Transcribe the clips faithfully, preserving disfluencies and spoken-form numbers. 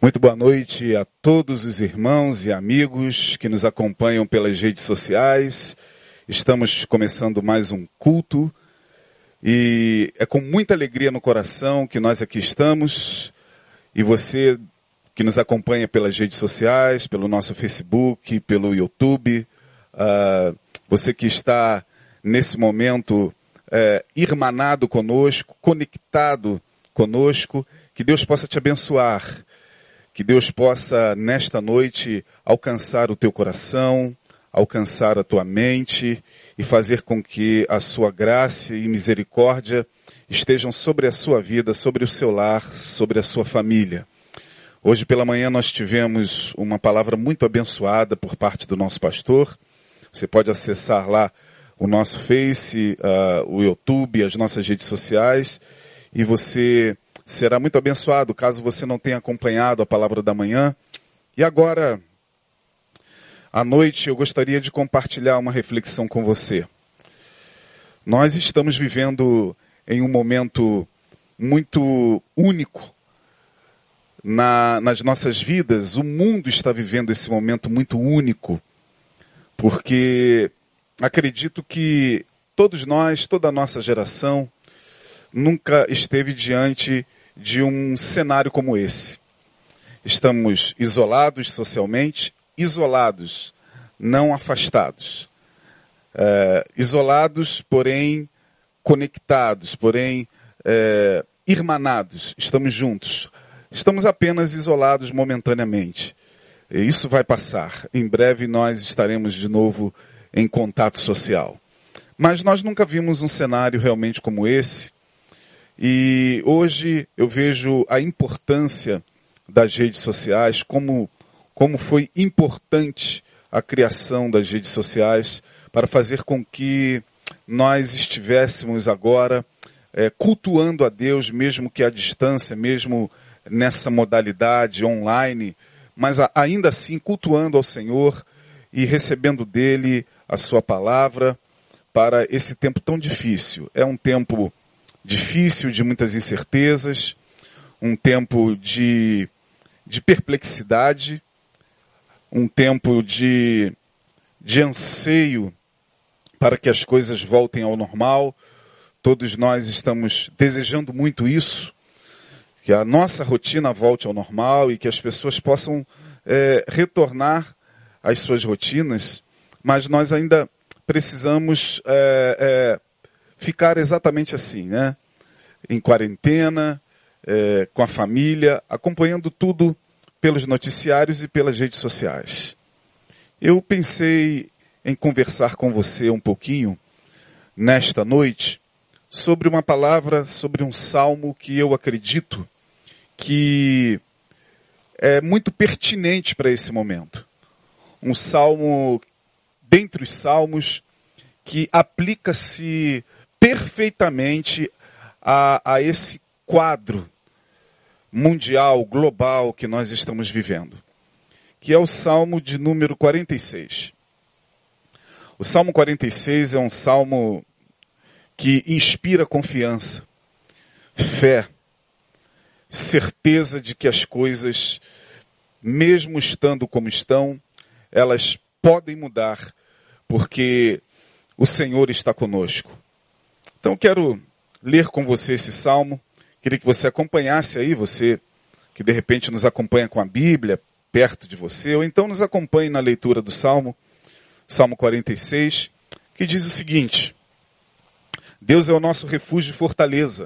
Muito boa noite a todos os irmãos e amigos que nos acompanham pelas redes sociais. Estamos começando mais um culto e é com muita alegria no coração que nós aqui estamos. E você que nos acompanha pelas redes sociais, pelo nosso Facebook, pelo YouTube, uh, você que está nesse momento uh, irmanado conosco, conectado conosco, que Deus possa te abençoar. Que Deus possa, nesta noite, alcançar o teu coração, alcançar a tua mente e fazer com que a sua graça e misericórdia estejam sobre a sua vida, sobre o seu lar, sobre a sua família. Hoje pela manhã nós tivemos uma palavra muito abençoada por parte do nosso pastor. Você pode acessar lá o nosso Face, uh, o YouTube, as nossas redes sociais e você será muito abençoado caso você não tenha acompanhado a palavra da manhã. E agora, à noite, eu gostaria de compartilhar uma reflexão com você. Nós estamos vivendo em um momento muito único na, nas nossas vidas. O mundo está vivendo esse momento muito único, porque acredito que todos nós, toda a nossa geração, nunca esteve diante de um cenário como esse. Estamos isolados socialmente, isolados, não afastados. É, isolados, porém conectados, porém é, irmanados. Estamos juntos. Estamos apenas isolados momentaneamente. E isso vai passar. Em breve nós estaremos de novo em contato social. Mas nós nunca vimos um cenário realmente como esse. E hoje eu vejo a importância das redes sociais, como, como foi importante a criação das redes sociais para fazer com que nós estivéssemos agora é, cultuando a Deus, mesmo que à distância, mesmo nessa modalidade online, mas a, ainda assim cultuando ao Senhor e recebendo dele a sua palavra para esse tempo tão difícil. É um tempo difícil, de muitas incertezas, um tempo de, de perplexidade, um tempo de, de anseio para que as coisas voltem ao normal. Todos nós estamos desejando muito isso, que a nossa rotina volte ao normal e que as pessoas possam é, retornar às suas rotinas, mas nós ainda precisamos é, é, ficar exatamente assim, né? Em quarentena, é, com a família, acompanhando tudo pelos noticiários e pelas redes sociais. Eu pensei em conversar com você um pouquinho, nesta noite, sobre uma palavra, sobre um salmo que eu acredito que é muito pertinente para esse momento. Um salmo, dentre os salmos, que aplica-se perfeitamente a, a esse quadro mundial, global que nós estamos vivendo, que é o Salmo de número quarenta e seis. O Salmo quarenta e seis é um salmo que inspira confiança, fé, certeza de que as coisas, mesmo estando como estão, elas podem mudar, porque o Senhor está conosco. Então quero ler com você esse salmo. Queria que você acompanhasse aí, você que de repente nos acompanha com a Bíblia perto de você, ou então nos acompanhe na leitura do salmo, Salmo quarenta e seis, que diz o seguinte: Deus é o nosso refúgio e fortaleza,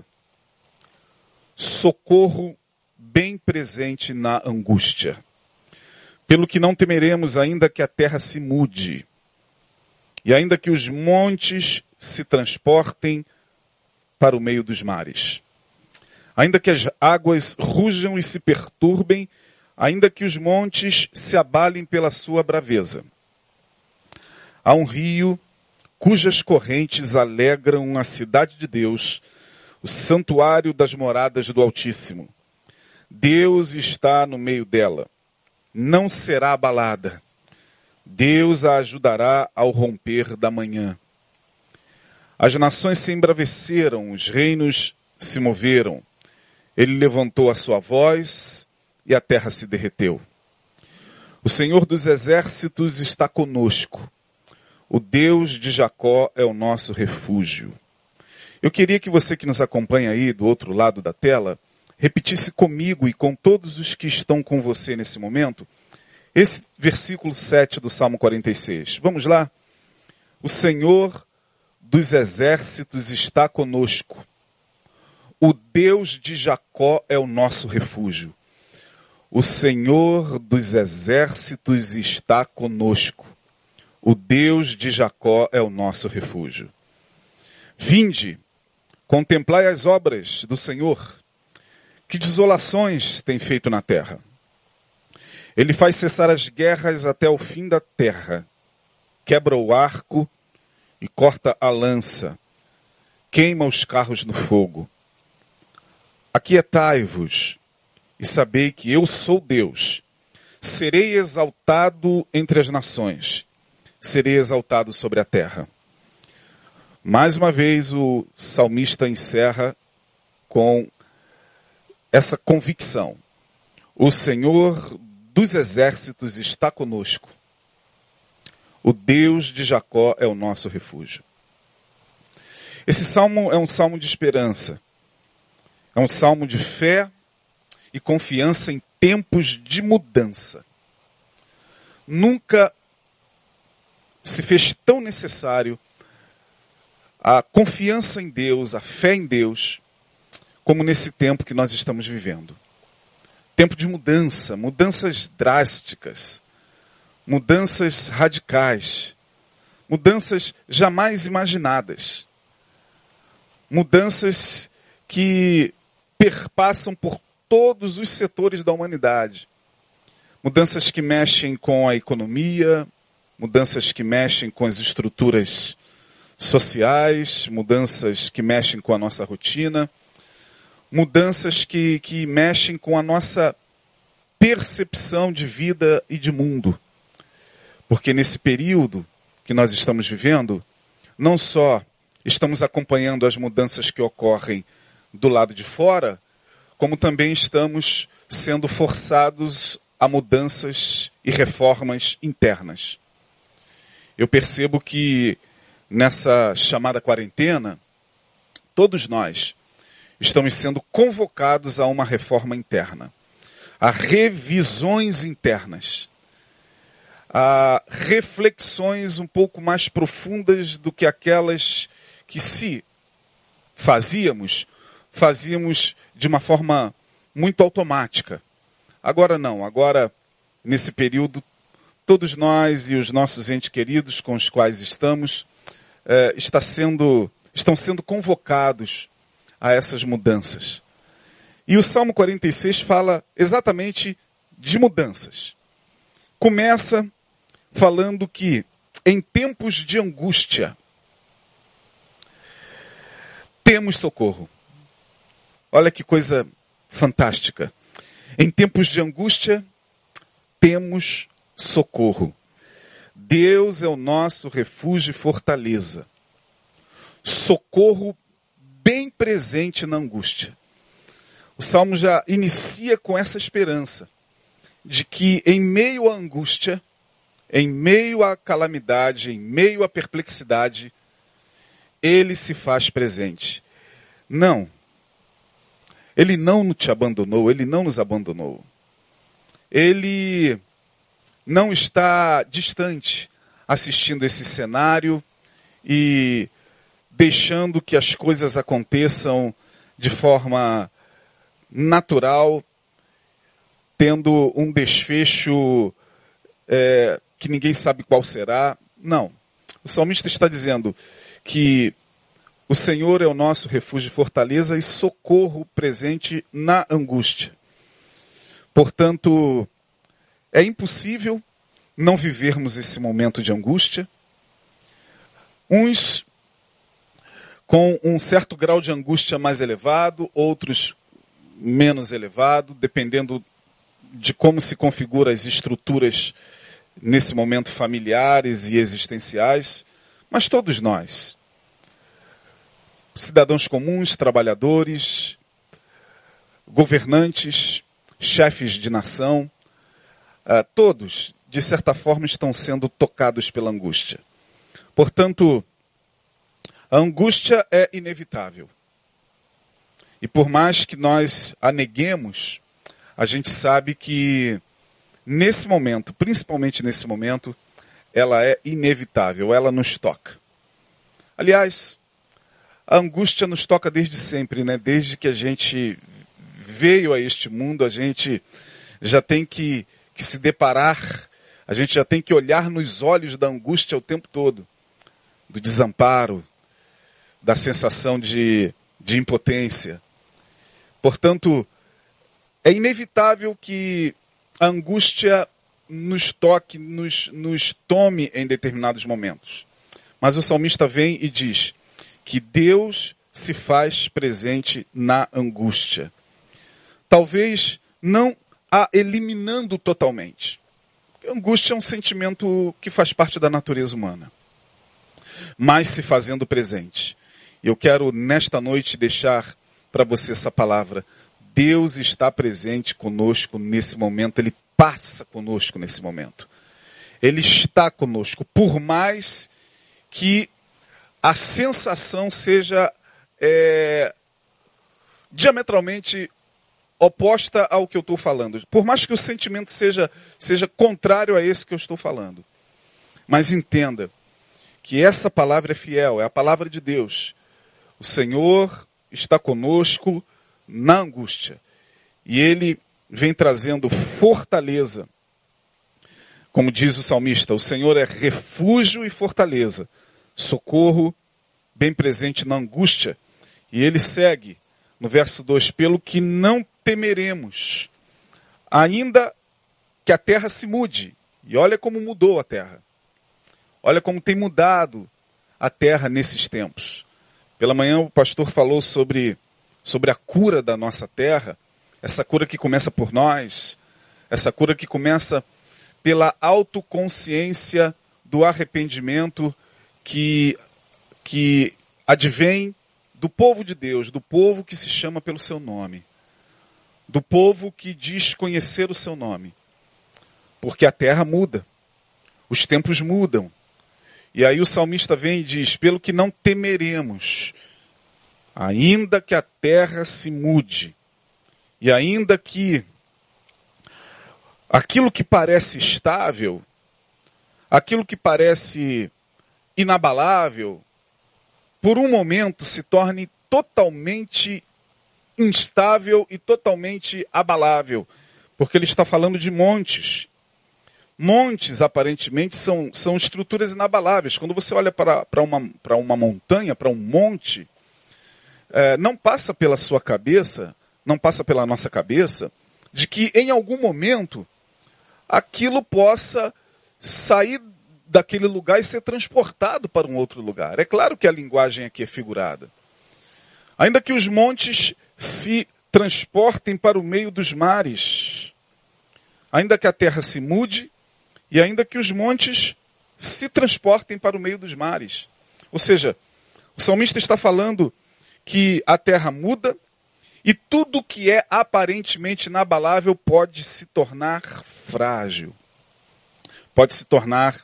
socorro bem presente na angústia. Pelo que não temeremos, ainda que a terra se mude, e ainda que os montes se transportem para o meio dos mares. Ainda que as águas rujam e se perturbem, ainda que os montes se abalem pela sua braveza. Há um rio cujas correntes alegram a cidade de Deus, o santuário das moradas do Altíssimo. Deus está no meio dela, não será abalada. Deus a ajudará ao romper da manhã. As nações se embraveceram, os reinos se moveram. Ele levantou a sua voz e a terra se derreteu. O Senhor dos exércitos está conosco. O Deus de Jacó é o nosso refúgio. Eu queria que você que nos acompanha aí do outro lado da tela, repetisse comigo e com todos os que estão com você nesse momento, esse versículo sete do Salmo quarenta e seis. Vamos lá? O Senhor dos exércitos está conosco. O Deus de Jacó é o nosso refúgio. O Senhor dos exércitos está conosco. O Deus de Jacó é o nosso refúgio. Vinde, contemplai as obras do Senhor. Que desolações tem feito na terra. Ele faz cessar as guerras até o fim da terra. Quebra o arco e corta a lança. Queima os carros no fogo. Aquietai-vos e sabei que eu sou Deus. Serei exaltado entre as nações. Serei exaltado sobre a terra. Mais uma vez o salmista encerra com essa convicção. O Senhor dos exércitos está conosco. O Deus de Jacó é o nosso refúgio. Esse salmo é um salmo de esperança. É um salmo de fé e confiança em tempos de mudança. Nunca se fez tão necessário a confiança em Deus, a fé em Deus, como nesse tempo que nós estamos vivendo. Tempo de mudança, mudanças drásticas, mudanças radicais, mudanças jamais imaginadas, mudanças que perpassam por todos os setores da humanidade. Mudanças que mexem com a economia, mudanças que mexem com as estruturas sociais, mudanças que mexem com a nossa rotina, mudanças que, que mexem com a nossa percepção de vida e de mundo. Porque nesse período que nós estamos vivendo, não só estamos acompanhando as mudanças que ocorrem do lado de fora, como também estamos sendo forçados a mudanças e reformas internas. Eu percebo que nessa chamada quarentena, todos nós estamos sendo convocados a uma reforma interna, a revisões internas, a reflexões um pouco mais profundas do que aquelas que, se fazíamos, fazíamos de uma forma muito automática. Agora não, agora nesse período, todos nós e os nossos entes queridos com os quais estamos, eh, está sendo, estão sendo convocados a essas mudanças. E o Salmo quarenta e seis fala exatamente de mudanças. Começa falando que em tempos de angústia temos socorro. Olha que coisa fantástica. Em tempos de angústia temos socorro. Deus é o nosso refúgio e fortaleza. Socorro bem presente na angústia. O Salmo já inicia com essa esperança de que em meio à angústia, em meio à calamidade, em meio à perplexidade, Ele se faz presente. Não. Ele não te abandonou, Ele não nos abandonou. Ele não está distante, assistindo esse cenário e deixando que as coisas aconteçam de forma natural, tendo um desfecho é, que ninguém sabe qual será. Não. O salmista está dizendo que o Senhor é o nosso refúgio e fortaleza e socorro presente na angústia. Portanto, é impossível não vivermos esse momento de angústia. Uns com um certo grau de angústia mais elevado, outros menos elevado, dependendo de como se configuram as estruturas nesse momento familiares e existenciais. Mas todos nós, cidadãos comuns, trabalhadores, governantes, chefes de nação, uh, todos, de certa forma, estão sendo tocados pela angústia. Portanto, a angústia é inevitável. E por mais que nós a neguemos, a gente sabe que nesse momento, principalmente nesse momento, ela é inevitável, ela nos toca. Aliás, a angústia nos toca desde sempre, né? Desde que a gente veio a este mundo, a gente já tem que, que se deparar, a gente já tem que olhar nos olhos da angústia o tempo todo, do desamparo, da sensação de, de impotência. Portanto, é inevitável que a angústia nos toque, nos, nos tome em determinados momentos. Mas o salmista vem e diz que Deus se faz presente na angústia. Talvez não a eliminando totalmente. A angústia é um sentimento que faz parte da natureza humana, mas se fazendo presente. Eu quero nesta noite deixar para você essa palavra. Deus está presente conosco nesse momento, Ele passa conosco nesse momento. Ele está conosco, por mais que a sensação seja é, diametralmente oposta ao que eu estou falando. Por mais que o sentimento seja, seja contrário a esse que eu estou falando. Mas entenda que essa palavra é fiel, é a palavra de Deus. O Senhor está conosco na angústia. E Ele vem trazendo fortaleza. Como diz o salmista, o Senhor é refúgio e fortaleza, socorro bem presente na angústia. E Ele segue no verso dois, pelo que não temeremos, ainda que a terra se mude. E olha como mudou a terra. Olha como tem mudado a terra nesses tempos. Pela manhã o pastor falou sobre, sobre a cura da nossa terra, essa cura que começa por nós, essa cura que começa pela autoconsciência do arrependimento que, que advém do povo de Deus, do povo que se chama pelo seu nome, do povo que diz conhecer o seu nome. Porque a terra muda, os tempos mudam. E aí o salmista vem e diz, pelo que não temeremos, ainda que a terra se mude, e ainda que aquilo que parece estável, aquilo que parece inabalável, por um momento se torne totalmente instável e totalmente abalável, porque ele está falando de montes. Montes, aparentemente, são, são estruturas inabaláveis. Quando você olha para, para, uma, para uma montanha, para um monte, é, não passa pela sua cabeça, não passa pela nossa cabeça, de que em algum momento aquilo possa sair daquele lugar e ser transportado para um outro lugar. É claro que a linguagem aqui é figurada. Ainda que os montes se transportem para o meio dos mares, ainda que a terra se mude, e ainda que os montes se transportem para o meio dos mares. Ou seja, o salmista está falando que a terra muda e tudo que é aparentemente inabalável pode se tornar frágil. Pode se tornar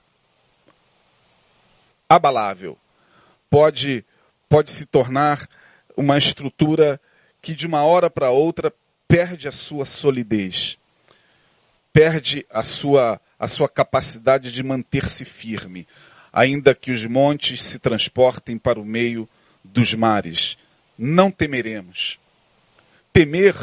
abalável. Pode, pode se tornar uma estrutura que de uma hora para outra perde a sua solidez. Perde a sua, a sua capacidade de manter-se firme, ainda que os montes se transportem para o meio dos mares. Não temeremos. Temer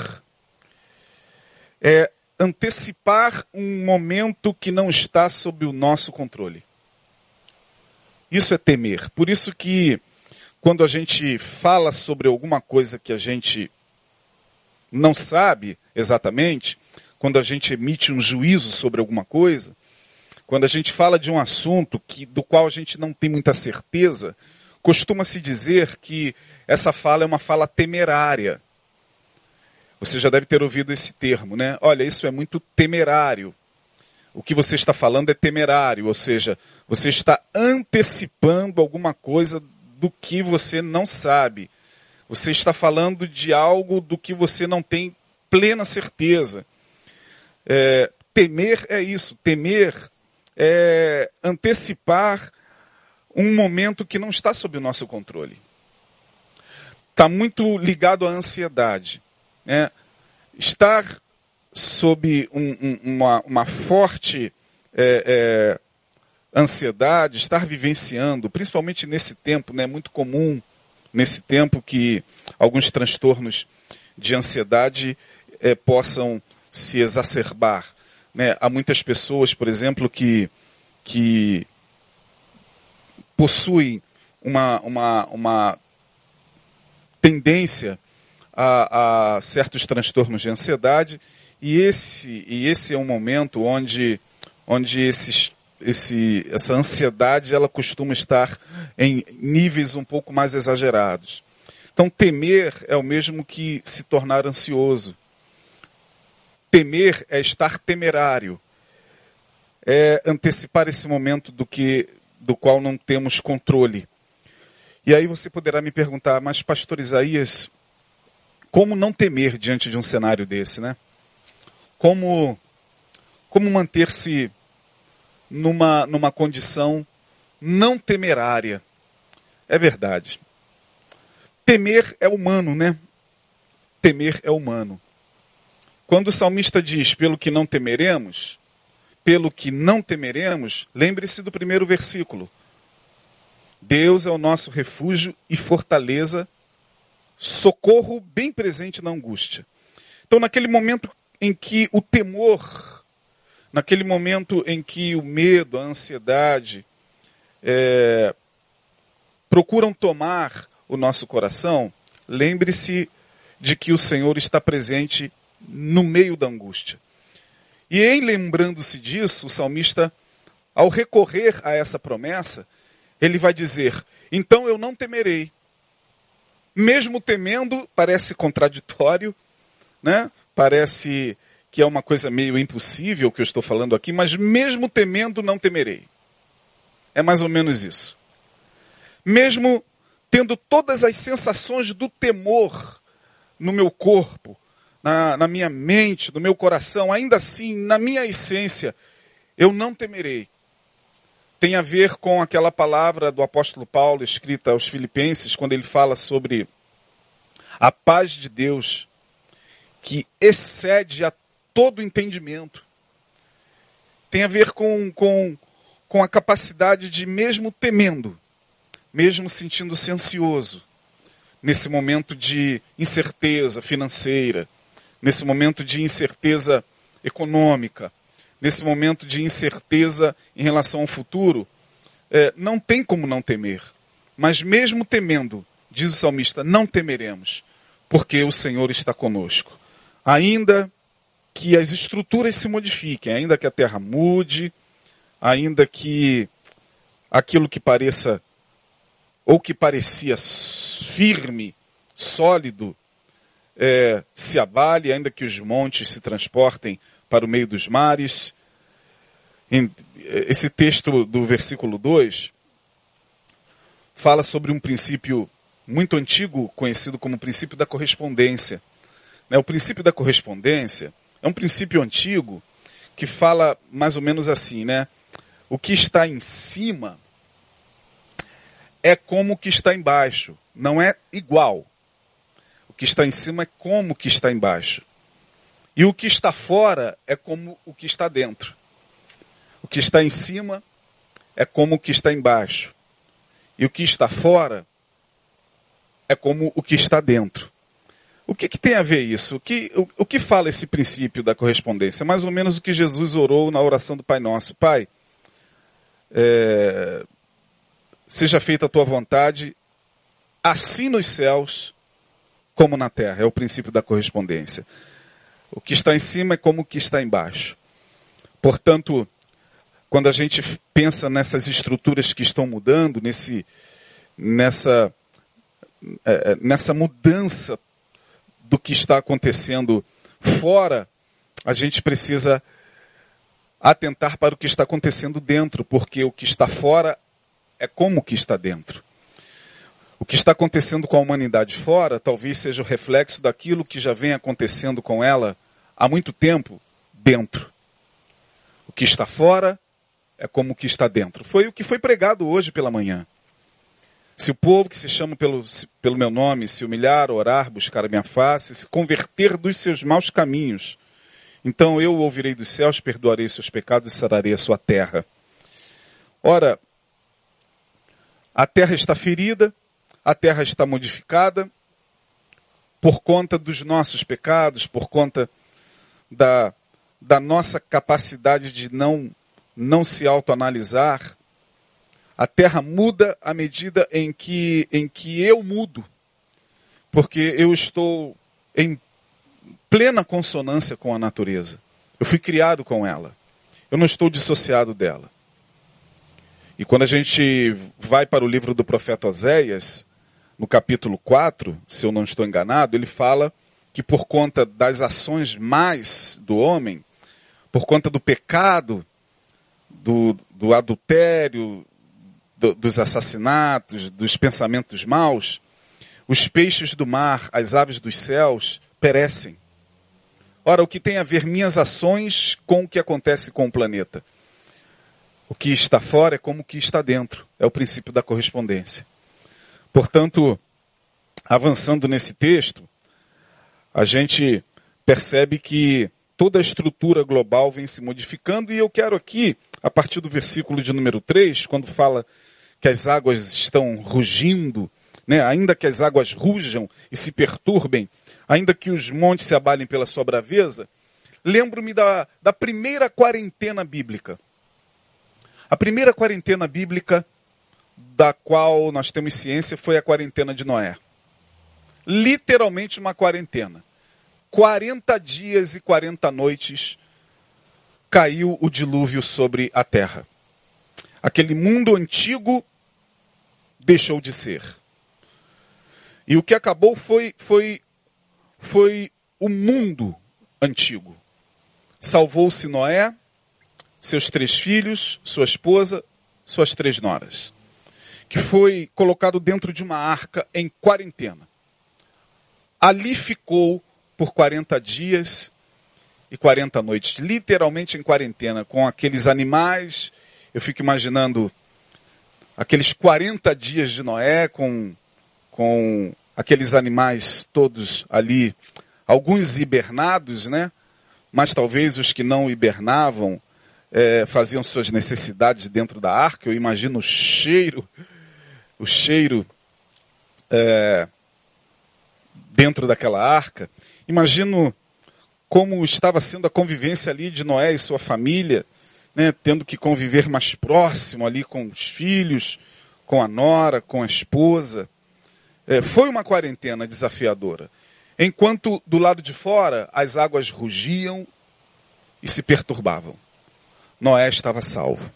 é antecipar um momento que não está sob o nosso controle. Isso é temer. Por isso que quando a gente fala sobre alguma coisa que a gente não sabe exatamente, quando a gente emite um juízo sobre alguma coisa, quando a gente fala de um assunto que, do qual a gente não tem muita certeza, costuma-se dizer que essa fala é uma fala temerária. Você já deve ter ouvido esse termo, né? Olha, isso é muito temerário. O que você está falando é temerário, ou seja, você está antecipando alguma coisa do que você não sabe. Você está falando de algo do que você não tem plena certeza. É, temer é isso, temer é antecipar um momento que não está sob o nosso controle. Está muito ligado à ansiedade. Né? Estar sob um, um, uma, uma forte é, é, ansiedade, estar vivenciando, principalmente nesse tempo, né, é muito comum nesse tempo que alguns transtornos de ansiedade é, possam se exacerbar. Né? Há muitas pessoas, por exemplo, que, que possuem uma, uma, uma tendência a, a certos transtornos de ansiedade, e esse, e esse é um momento onde, onde esses, esse, essa ansiedade ela costuma estar em níveis um pouco mais exagerados. Então, temer é o mesmo que se tornar ansioso. Temer é estar temerário. É antecipar esse momento do, que, do qual não temos controle. E aí você poderá me perguntar, mas pastor Isaías, como não temer diante de um cenário desse, né? Como, como manter-se numa, numa condição não temerária? É verdade. Temer é humano, né? Temer é humano. Quando o salmista diz, pelo que não temeremos, pelo que não temeremos, lembre-se do primeiro versículo. Deus é o nosso refúgio e fortaleza, socorro bem presente na angústia. Então, naquele momento em que o temor, naquele momento em que o medo, a ansiedade, é, procuram tomar o nosso coração, lembre-se de que o Senhor está presente no meio da angústia. E em lembrando-se disso, o salmista, ao recorrer a essa promessa, ele vai dizer, então eu não temerei. Mesmo temendo, parece contraditório, né? Parece que é uma coisa meio impossível o que eu estou falando aqui, mas mesmo temendo, não temerei. É mais ou menos isso. Mesmo tendo todas as sensações do temor no meu corpo, na, na minha mente, no meu coração, ainda assim, na minha essência, eu não temerei. Tem a ver com aquela palavra do apóstolo Paulo, escrita aos Filipenses, quando ele fala sobre a paz de Deus, que excede a todo entendimento. Tem a ver com, com, com a capacidade de, mesmo temendo, mesmo sentindo-se ansioso, nesse momento de incerteza financeira, nesse momento de incerteza econômica, nesse momento de incerteza em relação ao futuro, é, não tem como não temer. Mas mesmo temendo, diz o salmista, não temeremos, porque o Senhor está conosco. Ainda que as estruturas se modifiquem, ainda que a terra mude, ainda que aquilo que pareça, ou que parecia firme, sólido, é, se abale, ainda que os montes se transportem para o meio dos mares. Esse texto do versículo dois fala sobre um princípio muito antigo, conhecido como o princípio da correspondência. O princípio da correspondência é um princípio antigo que fala mais ou menos assim, né? O que está em cima é como o que está embaixo, não é igual. O que está em cima é como o que está embaixo. E o que está fora é como o que está dentro. O que está em cima é como o que está embaixo. E o que está fora é como o que está dentro. O que, que tem a ver isso? O que, o, o que fala esse princípio da correspondência? É mais ou menos o que Jesus orou na oração do Pai Nosso. Pai, é, seja feita a tua vontade, assim nos céus como na terra. É o princípio da correspondência. O que está em cima é como o que está embaixo. Portanto, quando a gente pensa nessas estruturas que estão mudando, nesse, nessa, é, nessa mudança do que está acontecendo fora, a gente precisa atentar para o que está acontecendo dentro, porque o que está fora é como o que está dentro. O que está acontecendo com a humanidade fora talvez seja o reflexo daquilo que já vem acontecendo com ela há muito tempo dentro. O que está fora é como o que está dentro. Foi o que foi pregado hoje pela manhã. Se o povo que se chama pelo, pelo meu nome se humilhar, orar, buscar a minha face, se converter dos seus maus caminhos, então eu ouvirei dos céus, perdoarei os seus pecados e sararei a sua terra. Ora, a terra está ferida, a terra está modificada por conta dos nossos pecados, por conta da, da nossa capacidade de não, não se autoanalisar. A terra muda à medida em que, em que eu mudo, porque eu estou em plena consonância com a natureza. Eu fui criado com ela. Eu não estou dissociado dela. E quando a gente vai para o livro do profeta Oséias, no capítulo quatro, se eu não estou enganado, ele fala que por conta das ações más do homem, por conta do pecado, do, do adultério, do, dos assassinatos, dos pensamentos maus, os peixes do mar, as aves dos céus perecem. Ora, o que tem a ver minhas ações com o que acontece com o planeta? O que está fora é como o que está dentro. É o princípio da correspondência. Portanto, avançando nesse texto, a gente percebe que toda a estrutura global vem se modificando, e eu quero aqui, a partir do versículo de número três, quando fala que as águas estão rugindo, né? Ainda que as águas rujam e se perturbem, ainda que os montes se abalem pela sua braveza, lembro-me da, da primeira quarentena bíblica. A primeira quarentena bíblica da qual nós temos ciência foi a quarentena de Noé. Literalmente uma quarentena. quarenta dias e quarenta noites caiu o dilúvio sobre a terra. Aquele mundo antigo deixou de ser. E o que acabou foi, foi, foi o mundo antigo. Salvou-se Noé, seus três filhos, sua esposa, suas três noras, que foi colocado dentro de uma arca em quarentena. Ali ficou por quarenta dias e quarenta noites, literalmente em quarentena, com aqueles animais. Eu fico imaginando aqueles quarenta dias de Noé com, com aqueles animais todos ali, alguns hibernados, né? Mas talvez os que não hibernavam é, faziam suas necessidades dentro da arca. Eu imagino o cheiro, o cheiro é, dentro daquela arca. Imagino como estava sendo a convivência ali de Noé e sua família, né, tendo que conviver mais próximo ali com os filhos, com a nora, com a esposa. É, foi uma quarentena desafiadora. Enquanto do lado de fora as águas rugiam e se perturbavam. Noé estava salvo.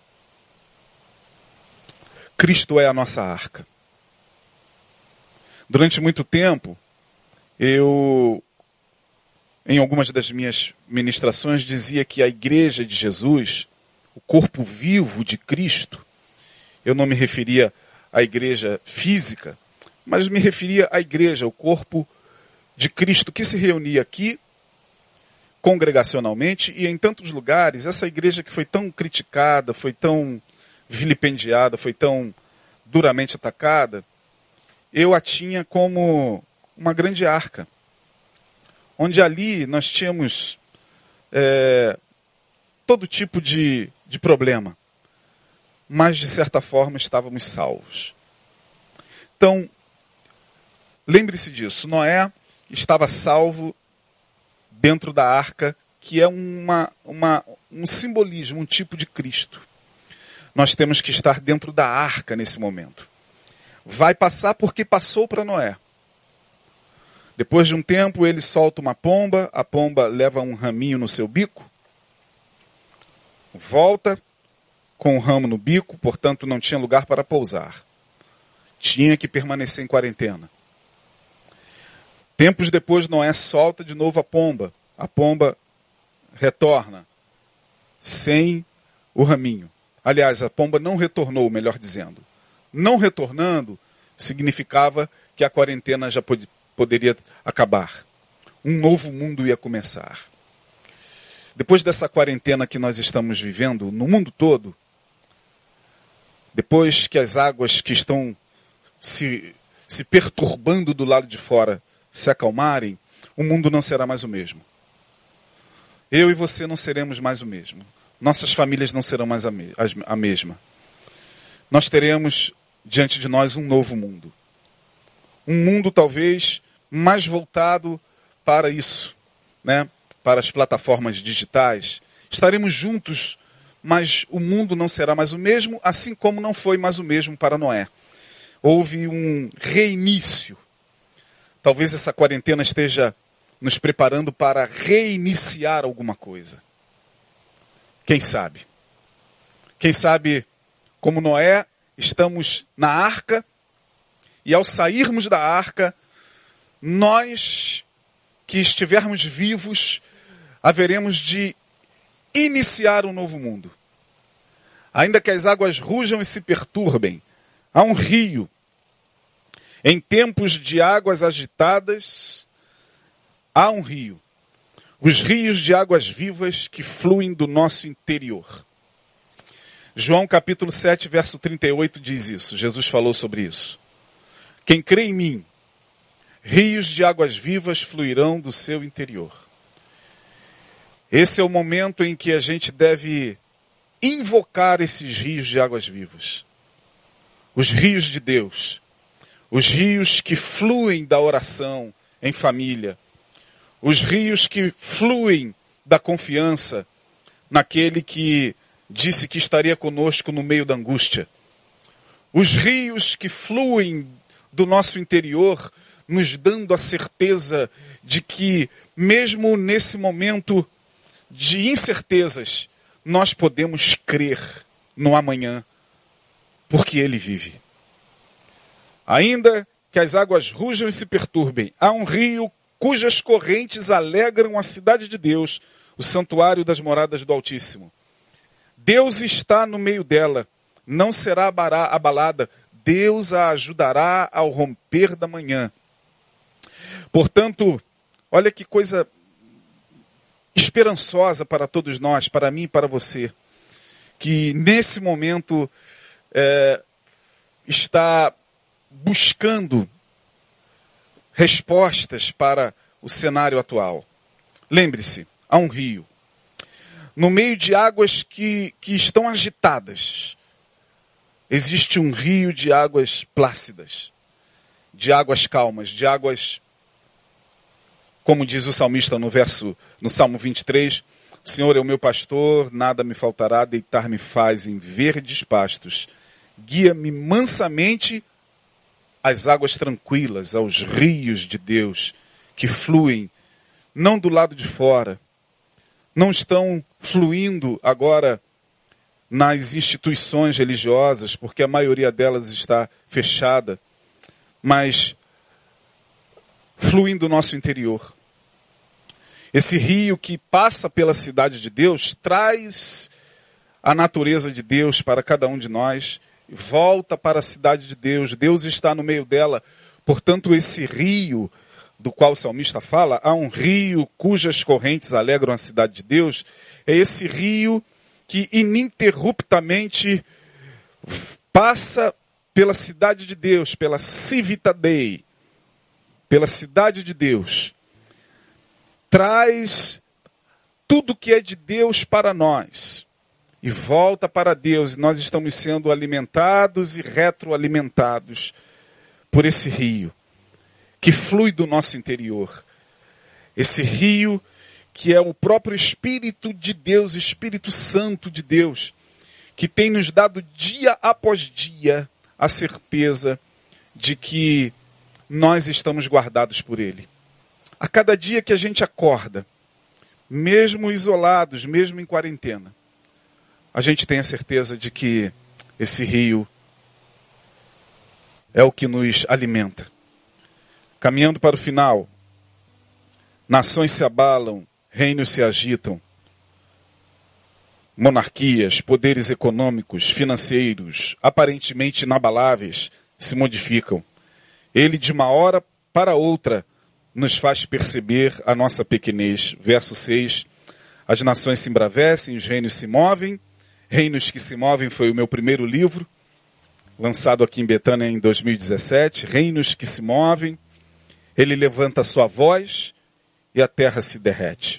Cristo é a nossa arca. Durante muito tempo, eu, em algumas das minhas ministrações, dizia que a igreja de Jesus, o corpo vivo de Cristo, eu não me referia à igreja física, mas me referia à igreja, o corpo de Cristo, que se reunia aqui, congregacionalmente, e em tantos lugares. Essa igreja que foi tão criticada, foi tão vilipendiada, foi tão duramente atacada, eu a tinha como uma grande arca, onde ali nós tínhamos é, todo tipo de, de problema, mas de certa forma estávamos salvos. Então, lembre-se disso, Noé estava salvo dentro da arca, que é uma, uma, um simbolismo, um tipo de Cristo. Nós temos que estar dentro da arca nesse momento. Vai passar porque passou para Noé. Depois de um tempo, ele solta uma pomba, a pomba leva um raminho no seu bico, volta com o ramo no bico, portanto não tinha lugar para pousar. Tinha que permanecer em quarentena. Tempos depois, Noé solta de novo a pomba. A pomba retorna sem o raminho. Aliás, a pomba não retornou, melhor dizendo. Não retornando significava que a quarentena já pod- poderia acabar. Um novo mundo ia começar. depois dessa quarentena que nós estamos vivendo no mundo todo, depois que as águas que estão se, se perturbando do lado de fora se acalmarem, o mundo não será mais o mesmo. Eu e você não seremos mais o mesmo. Nossas famílias não serão mais a, me- a mesma. Nós teremos diante de nós um novo mundo. Um mundo talvez mais voltado para isso, né? Para as plataformas digitais. Estaremos juntos, mas o mundo não será mais o mesmo, assim como não foi mais o mesmo para Noé. Houve um reinício. Talvez essa quarentena esteja nos preparando para reiniciar alguma coisa. Quem sabe? Quem sabe, como Noé, estamos na arca, e ao sairmos da arca, nós que estivermos vivos, haveremos de iniciar um novo mundo. Ainda que as águas rujam e se perturbem, há um rio. Em tempos de águas agitadas, há um rio. Os rios de águas vivas que fluem do nosso interior. João capítulo sete, verso trinta e oito diz isso. Jesus falou sobre isso. Quem crê em mim, rios de águas vivas fluirão do seu interior. Esse é o momento em que a gente deve invocar esses rios de águas vivas. Os rios de Deus. Os rios que fluem da oração em família. Os rios que fluem da confiança naquele que disse que estaria conosco no meio da angústia. Os rios que fluem do nosso interior, nos dando a certeza de que, mesmo nesse momento de incertezas, nós podemos crer no amanhã, porque Ele vive. Ainda que as águas rujam e se perturbem, há um rio cujas correntes alegram a cidade de Deus, o santuário das moradas do Altíssimo. Deus está no meio dela, não será abalada, Deus a ajudará ao romper da manhã. Portanto, olha que coisa esperançosa para todos nós, para mim e para você, que nesse momento é, está buscando respostas para o cenário atual. Lembre-se, há um rio. No meio de águas que, que estão agitadas, existe um rio de águas plácidas, de águas calmas, de águas, como diz o salmista no verso, no Salmo vinte e três, o Senhor é o meu pastor, nada me faltará, deitar-me faz em verdes pastos, guia-me mansamente às águas tranquilas, aos rios de Deus, que fluem, não do lado de fora, não estão fluindo agora nas instituições religiosas, porque a maioria delas está fechada, mas fluindo do nosso interior. Esse rio que passa pela cidade de Deus traz a natureza de Deus para cada um de nós, volta para a cidade de Deus, Deus está no meio dela. Portanto, esse rio do qual o salmista fala, há um rio cujas correntes alegram a cidade de Deus, é esse rio que ininterruptamente passa pela cidade de Deus, pela Civita Dei, pela cidade de Deus, traz tudo que é de Deus para nós e volta para Deus, e nós estamos sendo alimentados e retroalimentados por esse rio que flui do nosso interior. Esse rio que é o próprio Espírito de Deus, Espírito Santo de Deus, que tem nos dado dia após dia a certeza de que nós estamos guardados por Ele. A cada dia que a gente acorda, mesmo isolados, mesmo em quarentena, a gente tem a certeza de que esse rio é o que nos alimenta. Caminhando para o final, nações se abalam, reinos se agitam, monarquias, poderes econômicos, financeiros, aparentemente inabaláveis, se modificam. Ele, de uma hora para outra, nos faz perceber a nossa pequenez. Verso seis, As nações se embravecem, os reinos se movem. Reinos que se movem foi o meu primeiro livro, lançado aqui em Betânia em dois mil e dezessete. Reinos que se movem. Ele levanta a sua voz e a terra se derrete.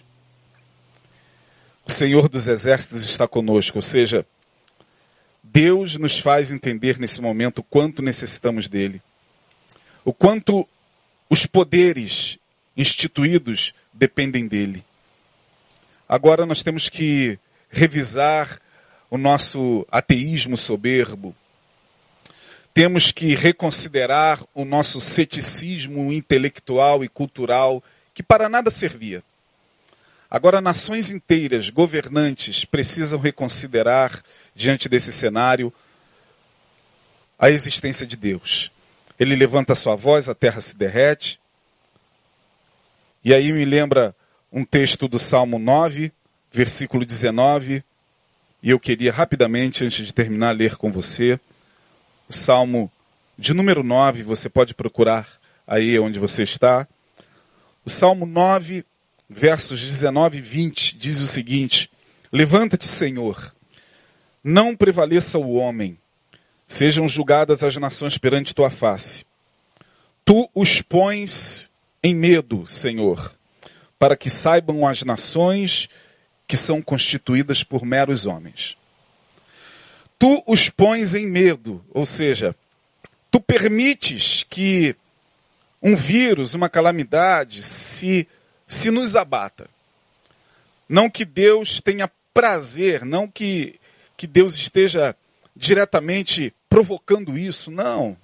O Senhor dos Exércitos está conosco, ou seja, Deus nos faz entender nesse momento o quanto necessitamos dele. O quanto os poderes instituídos dependem dele. Agora nós temos que revisar o nosso ateísmo soberbo. Temos que reconsiderar o nosso ceticismo intelectual e cultural, que para nada servia. Agora, nações inteiras, governantes, precisam reconsiderar, diante desse cenário, a existência de Deus. Ele levanta a sua voz, a terra se derrete. E aí me lembra um texto do Salmo nove, versículo dezenove, e eu queria rapidamente, antes de terminar, ler com você. O Salmo de número nove, você pode procurar aí onde você está. O Salmo nove, versos dezenove e vinte, diz o seguinte: levanta-te, Senhor, não prevaleça o homem, sejam julgadas as nações perante tua face. Tu os pões em medo, Senhor, para que saibam as nações que são constituídas por meros homens. Tu os pões em medo, ou seja, tu permites que um vírus, uma calamidade, se, se nos abata. Não que Deus tenha prazer, não que, que Deus esteja diretamente provocando isso, não.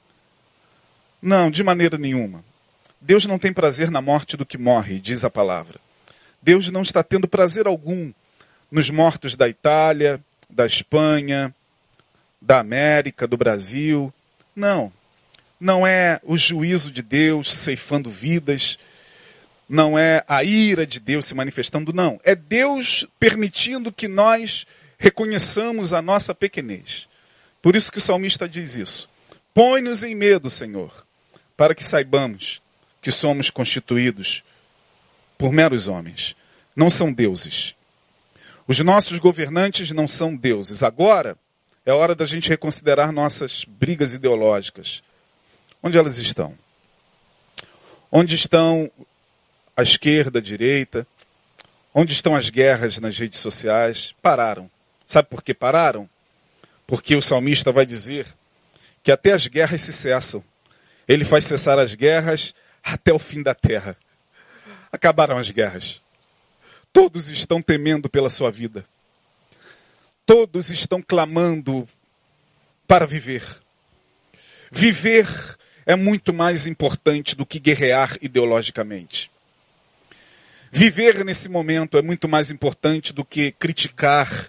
Não, de maneira nenhuma. Deus não tem prazer na morte do que morre, diz a palavra. Deus não está tendo prazer algum nos mortos da Itália, da Espanha, da América, do Brasil. Não. Não é o juízo de Deus ceifando vidas. Não é a ira de Deus se manifestando, não. É Deus permitindo que nós reconheçamos a nossa pequenez. Por isso que o salmista diz isso. Põe-nos em medo, Senhor, para que saibamos que somos constituídos por meros homens. Não são deuses. Os nossos governantes não são deuses. Agora é hora da gente reconsiderar nossas brigas ideológicas. Onde elas estão? Onde estão a esquerda, a direita? Onde estão as guerras nas redes sociais? Pararam. Sabe por que pararam? Porque o salmista vai dizer que até as guerras se cessam. Ele faz cessar as guerras até o fim da terra. Acabaram as guerras. Todos estão temendo pela sua vida. Todos estão clamando para viver. Viver é muito mais importante do que guerrear ideologicamente. Viver nesse momento é muito mais importante do que criticar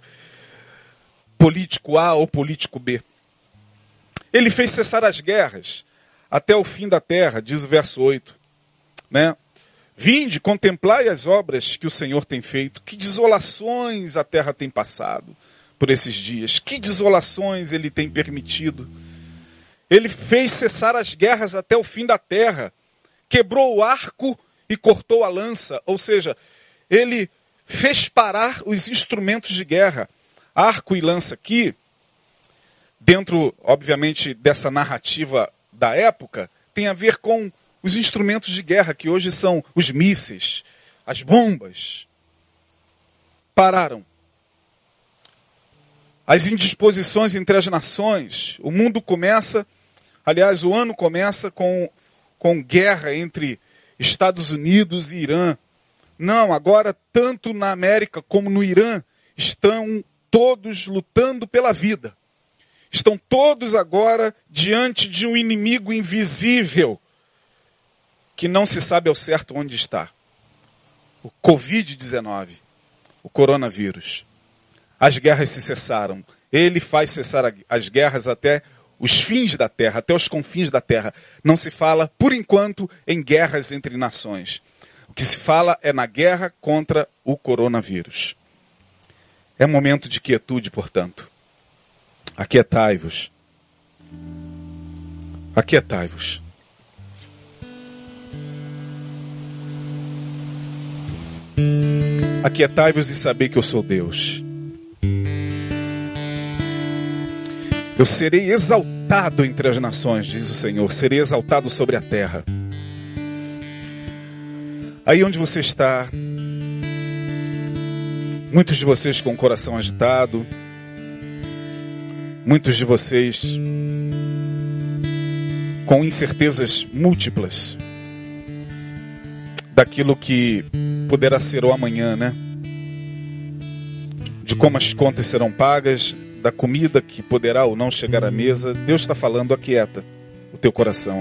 político A ou político B. Ele fez cessar as guerras até o fim da terra, diz o verso oito. Né? Vinde, contemplai as obras que o Senhor tem feito. Que desolações a terra tem passado por esses dias. Que desolações ele tem permitido. Ele fez cessar as guerras até o fim da terra. Quebrou o arco e cortou a lança. Ou seja, ele fez parar os instrumentos de guerra. Arco e lança aqui, dentro, obviamente, dessa narrativa da época, tem a ver com os instrumentos de guerra, que hoje são os mísseis, as bombas. Pararam. As indisposições entre as nações. O mundo começa, aliás, o ano começa com, com guerra entre Estados Unidos e Irã. Não, agora, tanto na América como no Irã, estão todos lutando pela vida. Estão todos agora diante de um inimigo invisível, que não se sabe ao certo onde está. O covid dezenove, o coronavírus. As guerras se cessaram. Ele faz cessar as guerras até os fins da terra, até os confins da terra. Não se fala, por enquanto, em guerras entre nações. O que se fala é na guerra contra o coronavírus. É momento de quietude, portanto. Aquietai-vos. Aquietai-vos. Aquietai-vos e sabei que eu sou Deus. Eu serei exaltado entre as nações, diz o Senhor. Serei exaltado sobre a terra. Aí onde você está, muitos de vocês com o coração agitado, muitos de vocês com incertezas múltiplas daquilo que poderá ser o amanhã, né? De como as contas serão pagas, da comida que poderá ou não chegar à mesa. Deus está falando, aquieta o teu coração.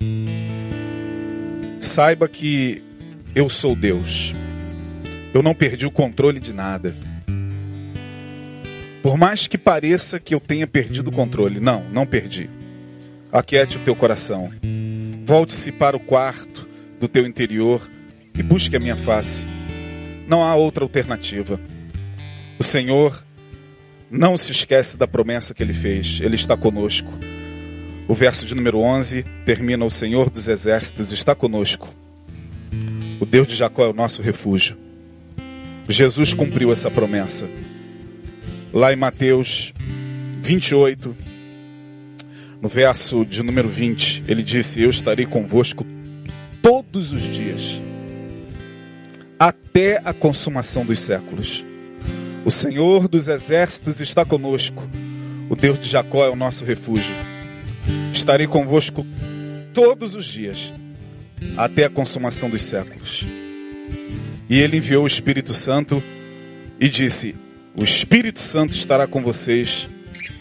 Saiba que eu sou Deus. Eu não perdi o controle de nada. Por mais que pareça que eu tenha perdido o controle, não, não perdi. Aquiete o teu coração. Volte-se para o quarto do teu interior e busque a minha face. Não há outra alternativa. O Senhor não se esquece da promessa que Ele fez. Ele está conosco. O verso de número onze termina: o Senhor dos exércitos está conosco. O Deus de Jacó é o nosso refúgio. Jesus cumpriu essa promessa. Lá em Mateus vinte e oito, no verso de número vinte, Ele disse: eu estarei convosco todos os dias, até a consumação dos séculos. O Senhor dos exércitos está conosco. O Deus de Jacó é o nosso refúgio. Estarei convosco todos os dias, até a consumação dos séculos. E Ele enviou o Espírito Santo e disse: o Espírito Santo estará com vocês,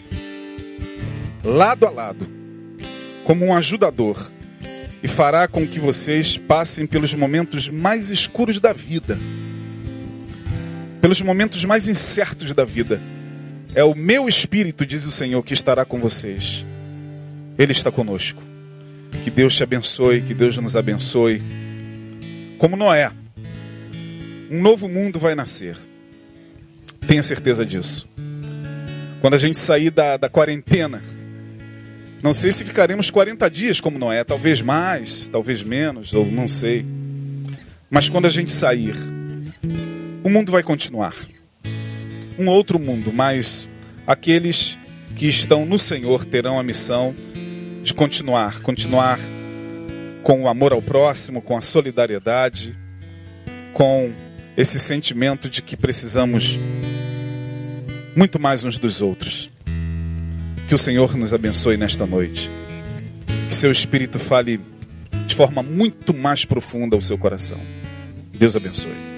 lado a lado, como um ajudador, e fará com que vocês passem pelos momentos mais escuros da vida, pelos momentos mais incertos da vida. É o meu Espírito, diz o Senhor, que estará com vocês. Ele está conosco. Que Deus te abençoe, que Deus nos abençoe. Como Noé, um novo mundo vai nascer. Tenha certeza disso. Quando a gente sair da, da quarentena, não sei se ficaremos quarenta dias como Noé, talvez mais, talvez menos, ou não sei. Mas quando a gente sair, o mundo vai continuar. Um outro mundo, mas aqueles que estão no Senhor terão a missão de continuar, continuar com o amor ao próximo, com a solidariedade, com esse sentimento de que precisamos muito mais uns dos outros. Que o Senhor nos abençoe nesta noite. Que seu Espírito fale de forma muito mais profunda ao seu coração. Deus abençoe.